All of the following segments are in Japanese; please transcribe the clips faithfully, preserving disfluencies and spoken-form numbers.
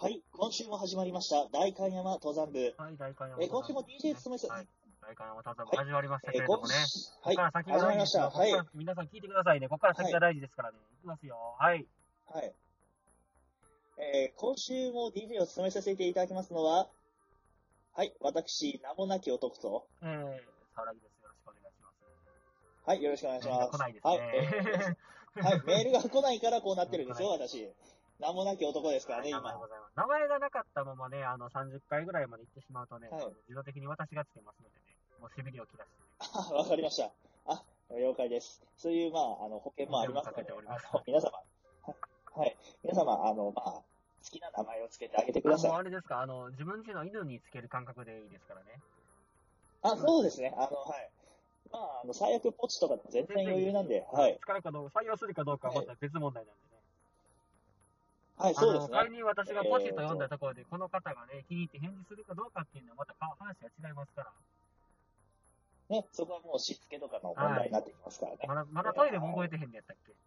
はい、今週も始まりました、代官山登山部。 はい、代官山えー、今週も ディージェー 務めさ、 はい、代官山登山部始まりましたけれどもね。 はい、 ここから先が大事ですよ。ここから皆さん聞いてくださいね。ここから先が大事ですからね。はい、いきますよ。はい。 はい。えー、今週も ディージェー を務めさせていただきますのは、はい、私、名もなき男と、 えー、沢木です。よろしくお願いします。 はい、よろしくお願いします。 来ないですね。 はい、えー、はい、メールが来ないからこうなってるんですよ、私。名もなき男ですからね、今。 名前がなかったままね、あの、さんじゅっかいぐらいまで行ってしまうとね、はい、自動的に私がつけますのでね、もうしびれを切らしてね。 あ、わかりました。あ、了解です。そういう、まあ、あの、保険もありますので、あの、皆様、はい、皆様、あの、まあ、好きな名前をつけてあげてください。 もうあれですか、あの、自分家の犬につける感覚でいいですからね。 あ、そうですね。あの、はい。まあ、あの、最悪ポチとかでも全然余裕なんで、はい。 使うかどうか、採用するかどうかはまた別問題なんでね。 はい、そうですね。 仮に私がポチと読んだところで、この方がね、気に入って返事するかどうかっていうのはまた話が違いますから。 ね、そこはもうしつけとかの問題になってきますからね。 まだ、まだトイレも覚えてへんのやったっけ？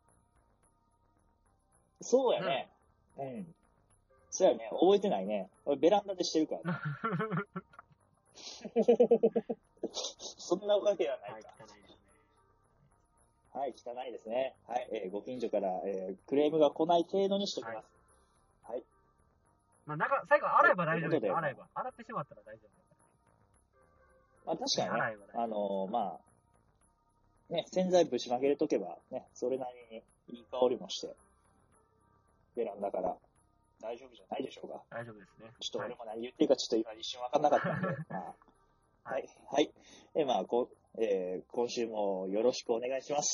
そうやね。うん。そうやね、覚えてないね。俺ベランダでしてるからね。そんなわけはないか。はい、汚いですね。はい、えー、ご近所から、えー、クレームが来ない程度にしときます。はい。はい、 まあ、なんか、最後洗えば大丈夫ですよ。洗えば。洗ってしまったら大丈夫です。 まあ、確かにね、あのー、まあ、ね、洗剤ぶちまけれとけば、ね、それなりにいい香りもして、ベランダから大丈夫じゃないでしょうか。 大丈夫ですね。 ちょっと俺も何言ってるかちょっと今一瞬わかんなかったんで、まあ、はい、はい。え、まあ、こう、えー、今週もよろしくお願いします。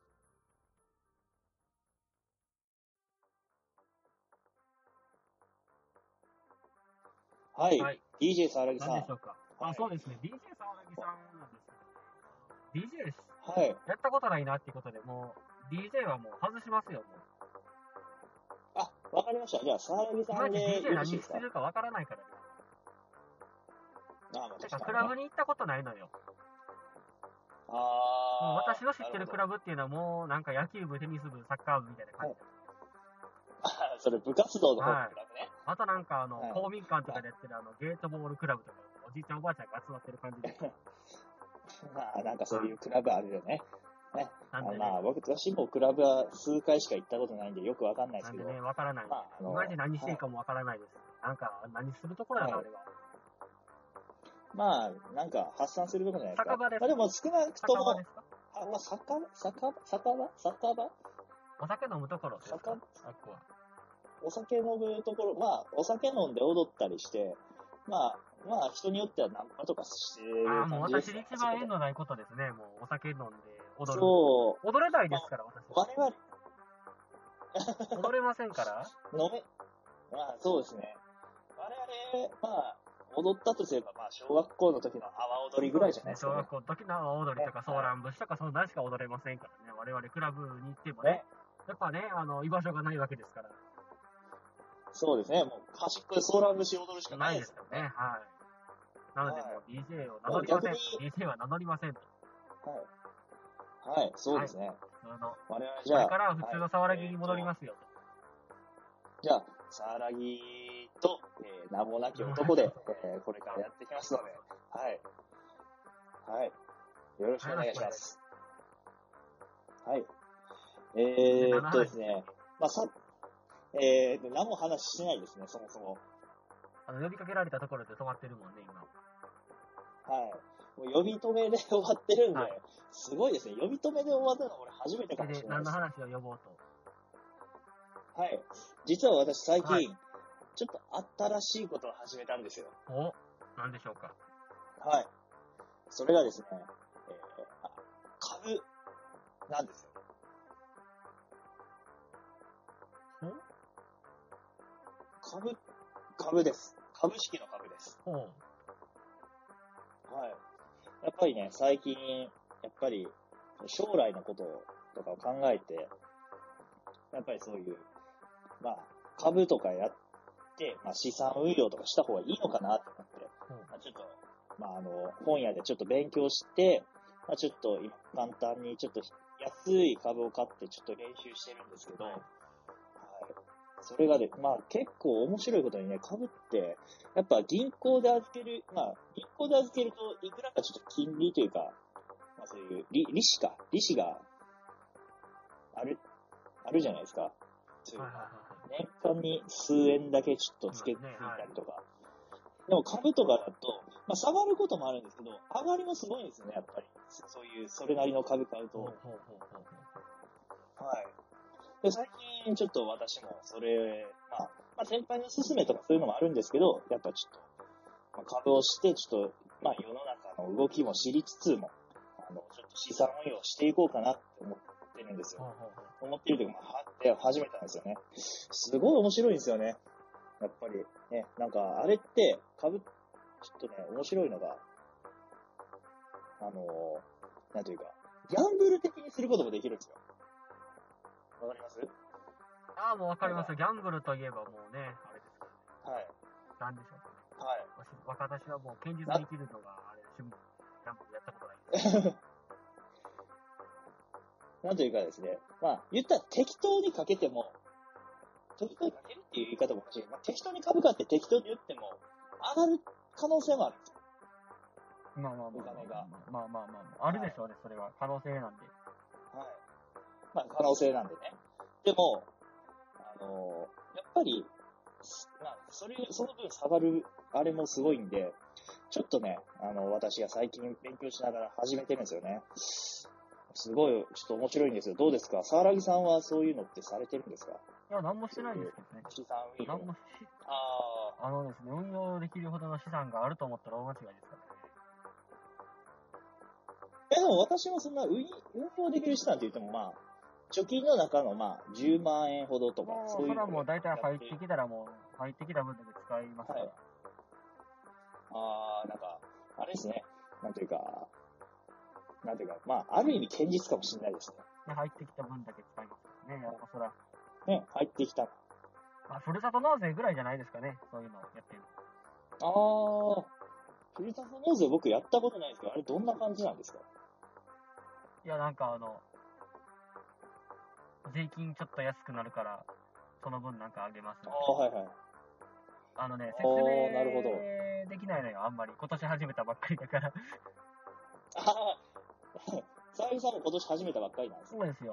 はい。はい、ディージェー 沢木さん。 何でしょうか。あ、そうですね。ディージェー 沢木さんなんですけど、ディージェー です。 はい。 やったことないなっていうことで、もう、ディージェー はもう外しますよ、もう。 あ、わかりました。じゃあ、沢木さんでディージェー 何してるかわからないからね。 ああ、まあ、確かに、ね。 クラブに行ったことないのよ。 ああ。 もう私の知ってるクラブっていうのはもうなんか野球部、テニス部、サッカー部みたいな感じ。 ああ、それ部活動の方のクラブね。はい、 あとなんかあの、はい、公民館とかでやってるあの、ゲートボールクラブとか、おじいちゃんおばあちゃんが集まってる感じで。 まあ、なんかそういうクラブあるよね。ね。あのまあ、僕、私もクラブは数回しか行ったことないんでよくわかんないですけど。 なんでね、わからない。まあ、あの、マジ何していいかもわからないです。はい、なんか、何するところだな、はい、あれは。 まあ、なんか発散するところじゃないですか。 酒場ですか。 まあでも少なくとも、 酒場ですか。 あ、まあ、酒場酒場酒場酒場お酒飲むところですか。酒場あっこは。 お酒飲むところ、まあ、お酒飲んで踊ったりして、まあ、まあ、人によってはナンパとかしてる感じです、ね。ああ、 もう私に一番縁のないことですね。もうお酒飲んで踊る。 そう。 踊れないですから、私。 我々。 踊れませんから飲め、まあ、そうですね。我々、まあ、踊ったとすれば、まあ、小学校の時の阿波踊りぐらいじゃないですか、ね。 小学校の時の阿波踊りとか、ソーラン節とか、そんなしか踊れませんからね。我々クラブに行ってもね。ねやっぱね、あの、居場所がないわけですから。 そうですね。もう、端っこでソーラン節踊るしかないですよね。はい。なので、もう ディージェー を名乗りません。ディージェー は名乗りませんと。 はい。はい、そうですね。はい、 普通の。 我々じゃあ。 これから普通の沢木に戻りますよと。 じゃあ、沢木と、えー、名もなき男で、えー、これからやっていきますので、はい。はい。よろしくお願いします。はい。えーっとですね、まあ、さ、えーと、何も話してないですね、そもそも。 あの、呼びかけられたところで止まってるもんね、今。 はい。もう呼び止めで終わってるんで、はい、すごいですね。呼び止めで終わったのは俺初めてかもしれないです。 何の話を呼ぼうと。 はい。実は私最近、はい、ちょっと新しいことを始めたんですよ。 お、何でしょうか。 はい。それがですね、えー、株なんですよ。 ん株、株です。株式の株です。 ほう。 はい。やっぱりね、最近、やっぱり、将来のこととかを考えて、やっぱりそういう、まあ、株とかやって、まあ、資産運用とかした方がいいのかなと思って、まあ、ちょっと、まあ、あの、本屋でちょっと勉強して、まあ、ちょっと今簡単にちょっと安い株を買ってちょっと練習してるんですけど、はい。 それがで、まあ結構面白いことにね、株って、やっぱ銀行で預ける、まあ銀行で預けるといくらかちょっと金利というか、まあそういう利利子か、利子がある、あるじゃないですか。そういう年間に数円だけちょっとつけていたりとか。でも株とかだと、まあ下がることもあるんですけど、上がりもすごいんですよね、やっぱり。そういう、それなりの株買うと。はい。で、最近ちょっと私もそれ、まあ、まあ先輩の勧めとかそういうのもあるんですけど、やっぱちょっと、まあ、株をして、ちょっと、まあ世の中の動きも知りつつも、あの、ちょっと資産運用していこうかなって思ってるんですよ。思ってるというか、まあ、は、始めたんですよね。すごい面白いんですよね。やっぱりね、なんかあれって株、ちょっとね、面白いのが、あのー、なんというか、ギャンブル的にすることもできるんですよ。わかります？ ああ、もうわかります。ギャンブルといえばもうね、あれですからね。はい。なんでしょうかね。はい。私はもう堅実に生きるのが、あれ、趣味、ギャンブルやったことないんです。 なんというかですね、まあ、言ったら適当にかけても、適当にかけるっていう言い方も欲しい。まあ、適当に株価って適当に言っても、上がる可能性もあるんですよ。 まあまあまあ、お金が。まあまあまあ、あるでしょうね、はい、それは。可能性なんで。 はい。まあ、可能性なんでね。でも、あのー、やっぱり、まあ、それ、その分下がる、あれもすごいんで、ちょっとね、あの、私が最近勉強しながら始めてるんですよね。すごい、ちょっと面白いんですよ。どうですか？沢良さんはそういうのってされてるんですか？ いや、なんもしてないんですけどね。 資産運用。 なんもし、ああ。あのですね、運用できるほどの資産があると思ったら大間違いですからね。 え、でも私もそんな運用できる資産って言っても、まあ、貯金の中のまあ、じゅうまんえんほどとか、 そういう。それはもう大体入ってきたらもう、入ってきた分だけ使いますから。はい、ああー、なんか、あれですね。なんというか、なんていうか、まあ、ある意味堅実かもしれないですね。 で、入ってきた分だけ使いますからね。やっぱそら。 ね、入ってきた。 まあ、ふるさと納税ぐらいじゃないですかね。そういうのやってる。 あー、ふるさと納税僕やったことないですけど、あれどんな感じなんですか？ いや、なんかあの、税金ちょっと安くなるから、その分なんかあげます、ね。 ああ、はいはい。 あのね、説明なるほどできないのよ、あんまり。今年始めたばっかりだから。 ああ、沢井さんも今年始めたばっかりなんですね。 そうですよ。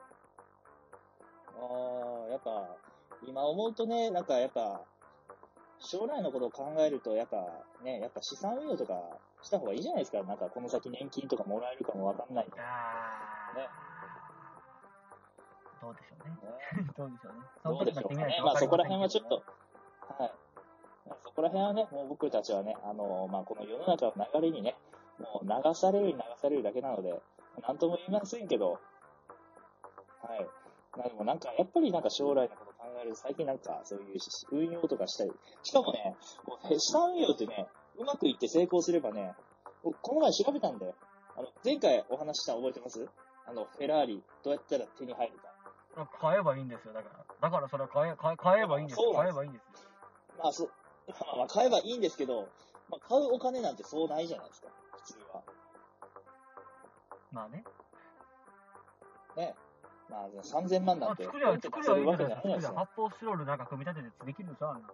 ああ、やっぱ、今思うとね、なんかやっぱ、将来のことを考えると、やっぱね、やっぱ資産運用とかした方がいいじゃないですか。なんかこの先年金とかもらえるかもわかんない。 ああ。ね。どうでしょうね。ねどうでしょうね。どうでしょうかね。まあそこら辺はちょっと、はい。そこら辺はね、もう僕たちはね、あの、まあこの世の中の流れにね、もう流されるに流されるだけなので、なんとも言いませんけど、はい。まあでもなんか、やっぱりなんか将来のこと考えると、最近なんかそういう運用とかしたり、しかもね、資産運用ってね、うまくいって成功すればね、この前調べたんで、あの、前回お話した覚えてます？あの、フェラーリ、どうやったら手に入るか。 買えばいいんですよ、だから。だからそれは買え、買え、買えばいいんですよ。買えばいいんですよ。 まあ、そ、まあ、買えばいいんですけど、まあ、買うお金なんてそうないじゃないですか、普通は。 まあね。 ね。まあ、さんぜんまんなんて、 作りゃ、作りゃいいんですよ。作りゃ、発泡スチロールなんか組み立ててできるでしょ、あんな。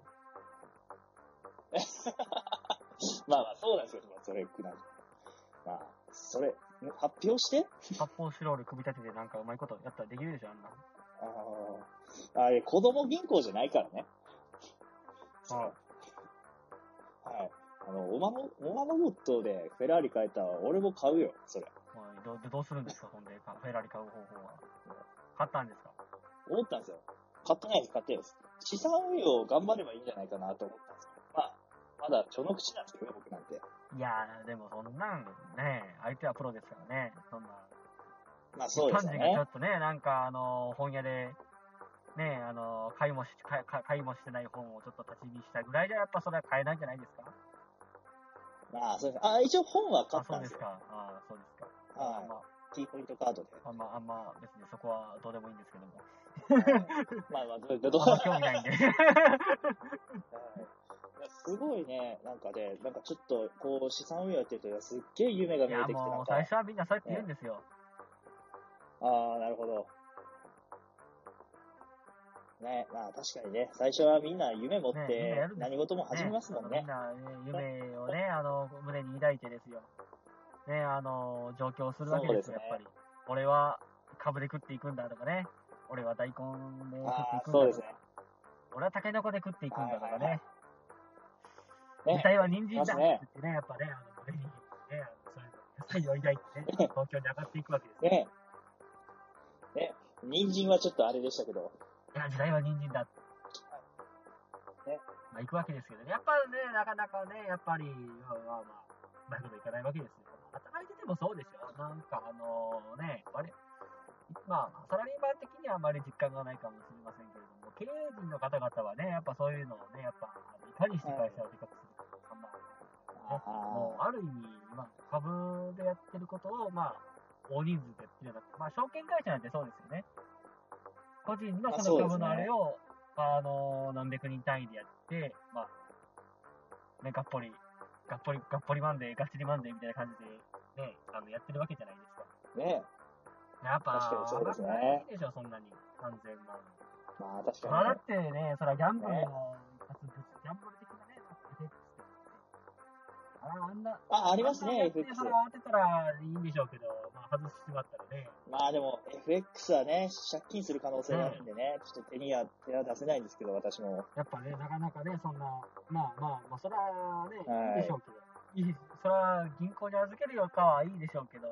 まあまあ、そうなんですよ、それ、くらい。まあ、それ、発表して発泡スチロール組み立ててなんかうまいことやったらできるでしょ、あんな。 ああ、あれ、子供銀行じゃないからね。はい。はい。あの、おまも、おままごとでフェラーリ買えたら俺も買うよ、それ。 はい、ど, どうするんですか、ほんで、フェラーリ買う方法は。買ったんですか？ 思ったんですよ。買ってないです、買ってないです。資産運用頑張ればいいんじゃないかなと思ったんですよ。まあ、まだ序の口なんですけどね、僕なんて。 いやー、でもそんなん、ね、相手はプロですからね、そんな。 まあそうですね。 一般人がちょっとね、なんかあの、本屋で、ね、あの、買いもし、買い、買いもしてない本をちょっと立ち見したぐらいじゃ、やっぱそれは買えないんじゃないですか？ まあ、そうです。あ、一応本は買ったんですよ。 あ、そうですか。ああ、そうですか。 はい。まあ、T ポイントカードで。 あんま、あんま、別にそこはどうでもいいんですけども。 まあまあ、どう、どう、 あんま興味ないんで。 すごいね、なんかね、なんかちょっと、こう、資産運用やってると、すっげえ夢が見えてきて、 いや、もう、最初はみんなそうやって言うんですよ。 ああ、なるほど。 ね、まあ確かにね、最初はみんな夢持って何事も始めますもんね。 みんな、ね、夢をね、あの、胸に抱いてですよ。ね、あの、上京するわけですよ、やっぱり。俺は株で食っていくんだとかね。俺は大根で食っていくんだとか。そうですね。俺はタケノコで食っていくんだとかね。実際は人参だって言ってね、やっぱね、あの、胸にね、そういう野菜を抱いてね、東京に上がっていくわけですよ。ね。 ね、人参はちょっとあれでしたけど。 いや、時代は人参だって。ね。まあ、行くわけですけどね。やっぱね、なかなかね、やっぱり、まあまあ、うまいこといかないわけですよ。働いててもそうでしょ。なんかあのね、あれ、まあ、サラリーマン的にはあまり実感がないかもしれませんけれども、経営陣の方々はね、やっぱそういうのをね、やっぱ、いかにして会社をでかくするか、まあ、ね、もう、ある意味、まあ、株でやってることを、まあ、大人数でやってるような、まあ、証券会社なんてそうですよね。個人のその株のあれを、あの、何百人単位でやって、まあ、ね、がっぽり、がっぽり、がっぽりマンデー、がっちりマンデーみたいな感じで、ね、あの、やってるわけじゃないですか。 ねやっぱ、 確かにそうですね。 いいでしょ、そんなに。さんぜんまん。 まあ、確かに、 まあ、だってね、それはギャンブルの、ね、ギャンブル的なね、ああんな、 あ、ありますね、エフエックス。 それ当てたらいいんでしょうけど、まあ、外してしまったらね。 まあでも、エフエックス はね、借金する可能性があるんでね、うん、ちょっと手には、手は出せないんですけど、私も。 やっぱね、なかなかね、そんな、まあまあ、まあ、それはね、はい、いいでしょうけど、いい、それは銀行に預けるよかはいいでしょうけど、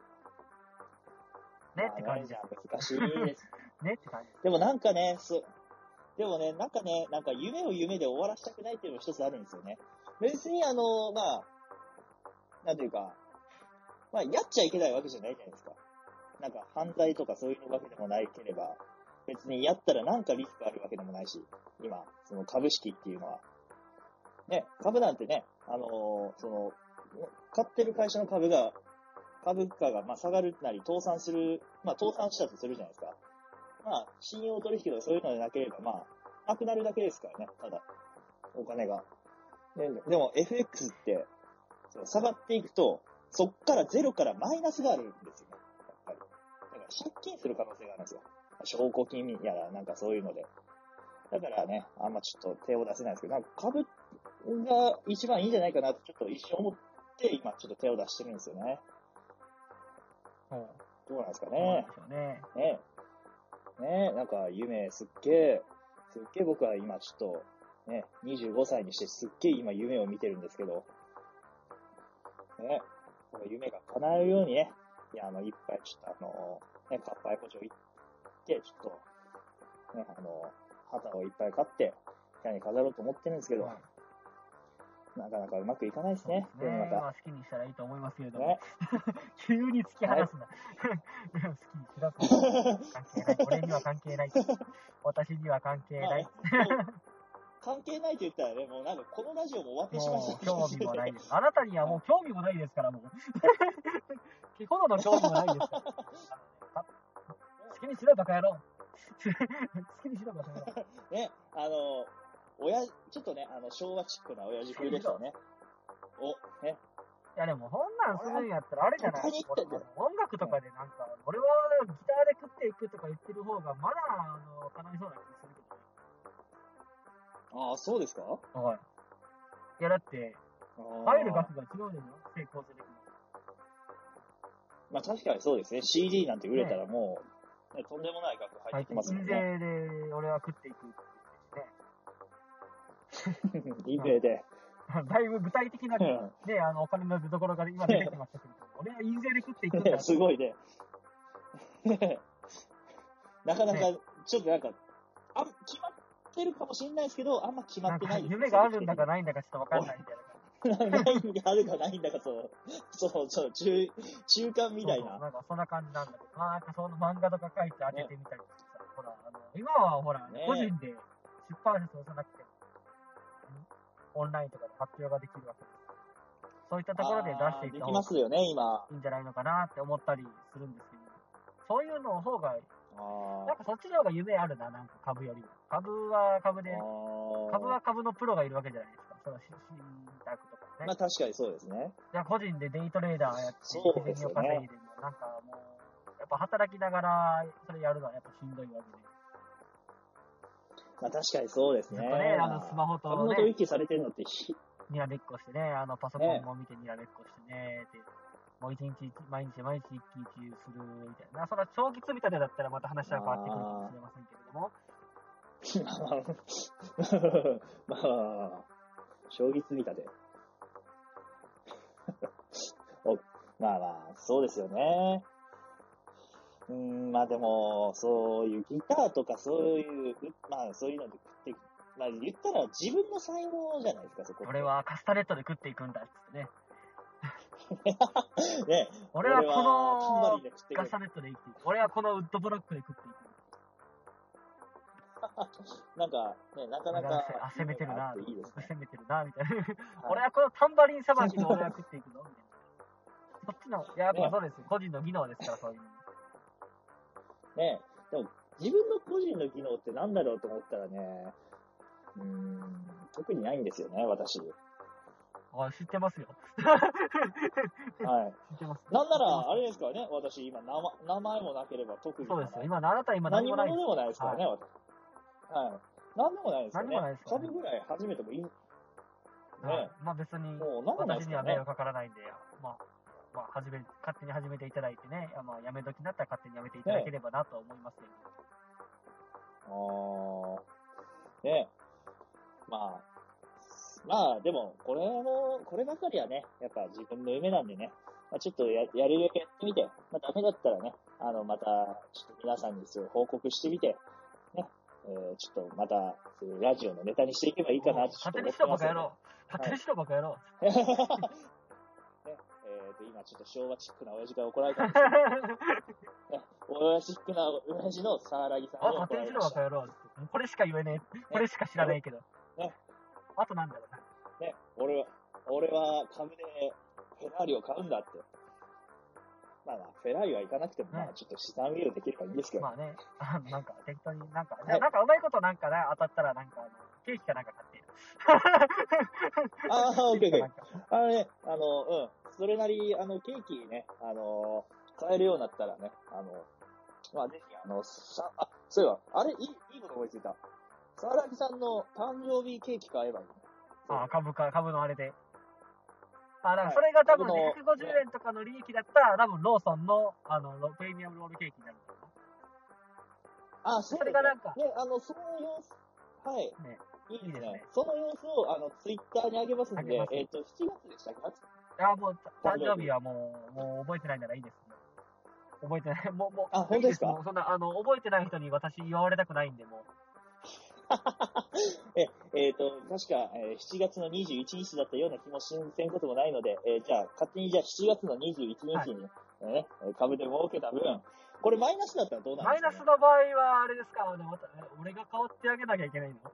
ねって感じです。 難しいです。 ねって感じ。 でもなんかね、そう、でもね、なんかね、なんか夢を夢で終わらせたくないっていうのも一つあるんですよね。別にあの、まあ、なんていうか、まあ、やっちゃいけないわけじゃないじゃないですか。なんか犯罪とかそういうわけでもないければ、別にやったらなんかリスクあるわけでもないし、今、その株式っていうのは。ね、株なんてね、あのー、その、買ってる会社の株が、株価がまあ下がるなり倒産する、まあ倒産したとするじゃないですか。まあ、信用取引とかそういうのでなければ、まあ、なくなるだけですからね、ただ、お金が。で, でも エフエックスって、下がっていくと、そっからゼロからマイナスがあるんですよね。やっぱり。だから借金する可能性があるんですよ。証拠金やら、なんかそういうので。だからね、あんまちょっと手を出せないですけど、なんか株が一番いいんじゃないかなってちょっと一瞬思って、今ちょっと手を出してるんですよね。 うん。 どうなんですかね。 そうね。 ね。ね、なんか夢すっげえ、すっげえ僕は今ちょっと、ね、にじゅうごさいにしてすっげえ今夢を見てるんですけど、ね、この夢が叶うようにね、いや、あの、いっぱいちょっとあの、ね、かっぱえこ町行って、ちょっと、ね、あの、旗をいっぱい買って、部屋に飾ろうと思ってるんですけど、はい、なかなかうまくいかないですね。 そうですね。まあ、好きにしたらいいと思いますけれども、ね、急に突き放すな。はい、好きにしろと。関係ない。俺には関係ない。私には関係ない。 関係ないと言ったらね、もうなんかこのラジオも終わってしまいそうです。興味もないです。あなたにはもう興味もないですから、もう。基本の興味もないですから。好きにしろ、バカ野郎。好きにしろ、バカ野郎。 ね、あの、親、ちょっとね、あの、昭和チックな親父風でしたね。お、ね。 いやでも、そんなんするんやったら、あれじゃない。音楽とかでなんか、俺はギターで食っていくとか言ってる方が、まだ、あの、叶いそうな気がするけどね。 ああ、そうですか？ はい。いや、だって、入る額が違うでしょ？成功する。 まあ確かにそうですね。シーディー なんて売れたらもう、ねね、とんでもない額入ってきますもんね。 印税で俺は食っていくって言ってね。印税で。 だいぶ具体的な、ね、あの、お金の出所が今出てきましたけど、俺は印税で食っていくんだ。 すごいね。なかなか、ちょっとなんか、あ、決まってるかもしれないですけど、あんま決まってないです、ね。 夢があるんだかないんだかちょっとわかんないみたいな。 ないんがあるかないんだか、そう、そう、そう、中、中間みたいな。 そうそうなんかそんな感じなんだけど、まあ、なんかその漫画とか書いて当ててみたりとかさ、ね、ほら、あの、今はほら、ね、個人で出版社通さなくても、オンラインとかで発表ができるわけです。そういったところで出していった方がいいんじゃないのかなって思ったりするんですけど、そういうの方が、なんかそっちの方が夢あるな、なんか株よりも。株は株で、株は株のプロがいるわけじゃないですか。その信託とかね。 まあ確かにそうですね。 じゃあ個人でデイトレーダーやって、日銭を稼いでも、なんかもう、やっぱ働きながらそれやるのはやっぱしんどいわけで。 まあ確かにそうですね。 ずっとね、あの、スマホとね、 株の取引されてるのってひ、 にらめっこしてね、あの、パソコンも見てにらめっこしてね、で、もう一日、毎日毎日一喜一憂するみたいな。それは長期積み立てだったらまた話は変わってくるかもしれませんけれども。 まあ、まあ、将棋積み立て。おまあまあ、そうですよね。うーん、まあでも、そういうギターとかそういう、まあそういうので食っていく。まあ言ったら自分の才能じゃないですか、そこって。 俺はカスタネットで食っていくんだっつってね。 ね、 俺はこタンバのリンで食っていくカスタネットで生きていく。俺はこのウッドブロックで食っていく。 なんか、ね、なかなかあ、攻めてるな、 いいですね。 攻めてるな、みたいな。 はい俺はこのタンバリンさばきで俺は食っていくのみたいな。そっちの、いや、やっぱそうですよ。個人の技能ですから、そういうの。 ね、でも自分の個人の技能ってなんだろうと思ったらね、うーん、特にないんですよね、私。 あ、知ってますよ。 はい。 知ってます。 なんなら、あれですからね、私今名前、名前もなければ特に。 そうですよ。今、あなた今何何もないです。 者でもないですからね、 はい。 私。はい。何でもないですよね。 何もないですよね株ぐらい始めてもいい。ね。 はいまあ別に、 もう何もないですからね私には迷惑かからないんで、まあ、まあ、始め、勝手に始めていただいてね、まあ、やめ時になったら勝手にやめていただければなと思いますけど。 あー。ね。まあ、まあ、でも、これも、こればかりはね、やっぱ自分の夢なんでね、まあ、ちょっとや、やれるだけやってみて、まあ、ダメだったらね、あの、また、ちょっと皆さんにそれを報告してみて、ね、えー、ちょっとまた、そういうラジオのネタにしていけばいいかなとちょっと思ってますよ、ね。 勝手にしろバカ野郎。 はい、 勝手にしろバカ野郎。 ね、えーと、今ちょっと昭和チックな親父が怒られたんですけど、ね、親チックな親父のサーラギさんあ、 に怒勝手にしろられました。 バカ野郎。これしか言えねえ。これしか知らねえけど。 ね。 あとなんだろうな。 ね、俺は、俺は株でフェラーリを買うんだって。まあまあ、フェラーリは行かなくても、まあちょっと資産運用できればいいんですけど。 まあね、あなんか適当になんか、じゃあなんかうまいことなんかね、当たったらなんかあの、ケーキかなんか買って。 ああ、オッケーオッケー。あのね、あの、うん。それなり、あの、ケーキね、あの、買えるようになったらね、あの、まあぜひ、あの、さ、あ、そういえば、あれ、いい、いいこと思いついた。沢木さんの誕生日ケーキ買えばいいね。 ああ、株か、株のあれで。あ、だからそれが多分、ね、ひゃくごじゅうえんとかの利益だったら、多分ローソンの、あの、プレミアムロールケーキになるのかな。 あ、そうですね。 それがなんか、 ね、あの、その様子、はい。 ね、 いいですね。 いいですねその様子を、あの、ツイッターに上げますんで、えっと、しちがつでしたっけ？ いや、もう、誕生日はもう、もう覚えてないならいいです。覚えてない。もう、もう、 あ、本当ですか？ もうそんな、あの、覚えてない人に私言われたくないんで、もう。 え、えっ、ー、と、確か、えー、しちがつのにじゅういちにちだったような気もしんせんこともないので、えー、じゃあ、勝手にじゃあしちがつのにじゅういちにちに、はいね、株で儲けた分、これマイナスだったらどうなんですか、ね、 マイナスの場合は、あれですか、また俺が変わってあげなきゃいけないの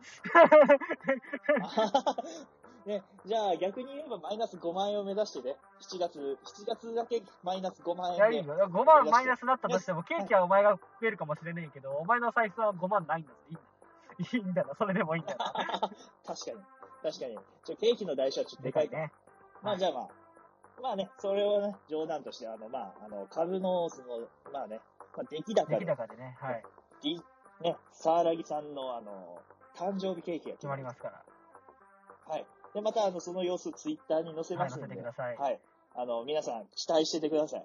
ね、じゃあ逆に言えばマイナスごまんえんを目指してね、しちがつ、しちがつだけマイナスごまんえんで。 いや、いいよ。ごまんマイナスだったとしても、ケーキはお前が食えるかもしれないけど、お前の財布はごまんないんだぞ。いいんだ。いいんだな。それでもいいんだな。 確かに。確かに。ちょ、ケーキの代償はちょっとでかいね。まあじゃあまあ、まあね、それをね、冗談として、あの、まあ、あの、株の、その、まあね、まあ、出来高で。 出来高でね、はい。 ね、沢木さんの、あの、誕生日ケーキが決まりますから。 はい。で、また、あの、その様子、ツイッターに載せますので。 はい、載せてください。 はい。あの、皆さん、期待しててください。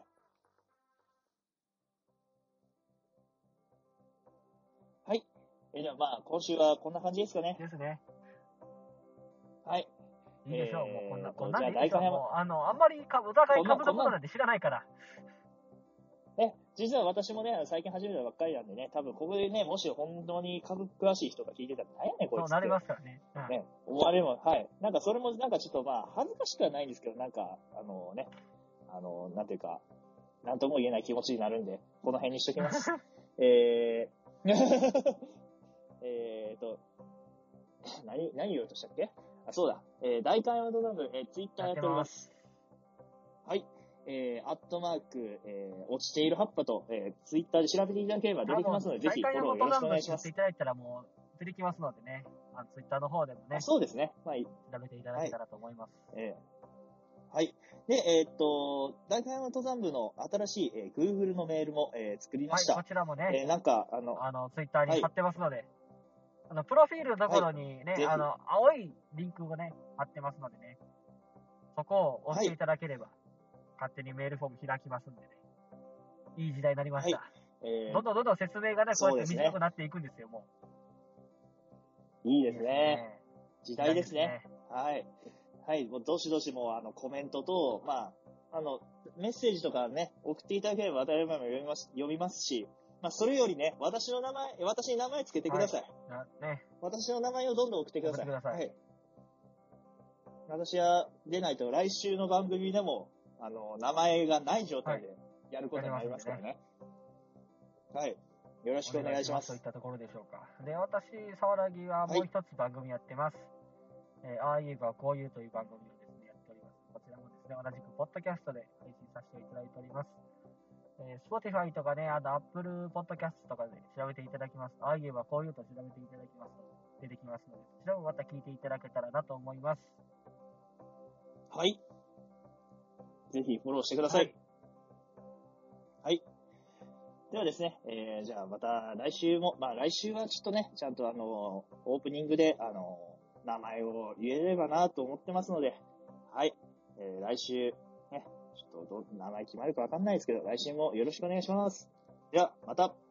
はい。えー、では、まあ、今週はこんな感じですかね。 ですね。 はい。 いいでしょう、えー、もうこんな、こんなでいいでしょう。もう、あの、あんまりお互い株のことなんて知らないから。 ね、実は私もね、最近始めたばっかりなんでね、多分ここでね、もし本当に株詳しい人が聞いてたら、何やねんこいつって。 そうなりますからね。 うん、ね、思われも、はい。なんかそれもなんかちょっとまあ、恥ずかしくはないんですけど、なんか、あのね、あの、なんていうか、なんとも言えない気持ちになるんで、この辺にしときます。えー、えーと、何、何言おうとしたっけ？あ、そうだ。えー、大会ワードダム、えー、ツイッターやっております。はい。えー、アットマーク、えー、落ちている葉っぱと、えー、ツイッターで調べていただければ出てきますので、ぜひフォローよろしくお願いします。 大会ワードダムって言っていただいたらもう出てきますのでね、あのツイッターの方でもね。 そうですね。まあ、 調べていただけたらと思います。 はい。えー、はい。で、えー、っと、大会の登山部の新しい、えー、Google のメールも、えー、作りました。 はい、こちらもね、 えー、なんか、あの、 あの、ツイッターに貼ってますので、はい、 あの、プロフィールのところにね、 ぜひあの、青いリンクがね、貼ってますのでね、そこを押していただければ、勝手にメールフォーム開きますんでね、いい時代になりました。 えどんどんどんどん説明がね、こうやってそうですね短くなっていくんですよ、もー、いいでう。 すね。時代ですね。 時はい。はい。もう、どしどしもう、あの、コメントと、まあ、あの、メッセージとかね、送っていただければ私も読みます、読みますし、まあ、それよりね、私の名前、私に名前つけてください。 なね、 私の名前をどんどん送ってください。 送ってくださいはい。私は出ないと来週の番組でも、あの、名前がない状態でやることになりますからね。はい。よろしくお願いします。 といったところでしょうか。で、私、沢良木はもう一つ番組やってます。えーああ言えばこういうという番組をですね、やっております。こちらもですね、同じくポッドキャストで配信させていただいております。えー、Spotify とかね、あと Apple Podcast とかで調べていただきます。ああ言えばこういうと調べていただきますと出てきますので、そちらもまた聞いていただけたらなと思います。 はい。ぜひフォローしてください。はい。はい、ではですね、えー、じゃあまた来週も、まあ来週はちょっとね、ちゃんとあの、オープニングで、あの、名前を言えればなと思ってますので、はい。えー、来週、ね、ちょっとど、名前決まるかわかんないですけど、来週もよろしくお願いします。では、また。